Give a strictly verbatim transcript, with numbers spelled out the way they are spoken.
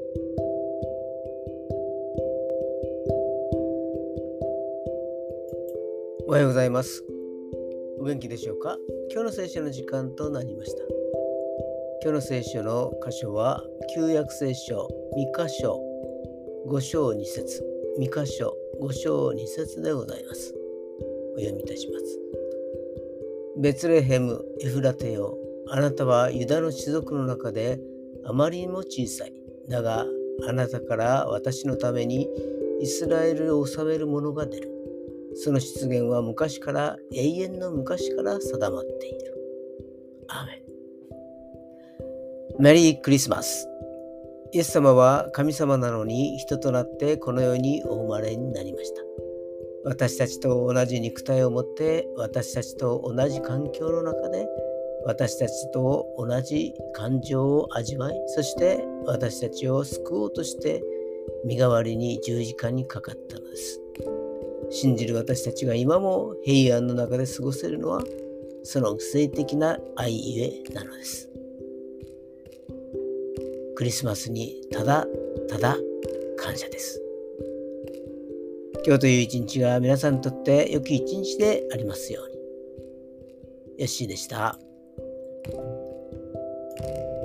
おはようございます。お元気でしょうか。今日の聖書の時間となりました。今日の聖書の箇所は旧約聖書ミカ書ご章に節、ミカ書ご章に節でございます。お読みいたします。ベツレヘムエフラテよ、あなたはユダの種族の中であまりにも小さい。だがあなたから私のためにイスラエルを治める者が出る。その出現は昔から永遠の昔から定まっている。アーメン。メリークリスマス。イエス様は神様なのに人となってこの世にお生まれになりました。私たちと同じ肉体を持って、私たちと同じ環境の中で、私たちと同じ感情を味わい、そして私たちを救おうとして身代わりに十字架にかかったのです。信じる私たちが今も平安の中で過ごせるのは、その聖的な愛ゆえなのです。クリスマスにただただ感謝です。今日という一日が皆さんにとって良き一日でありますように。ヨッシーでした。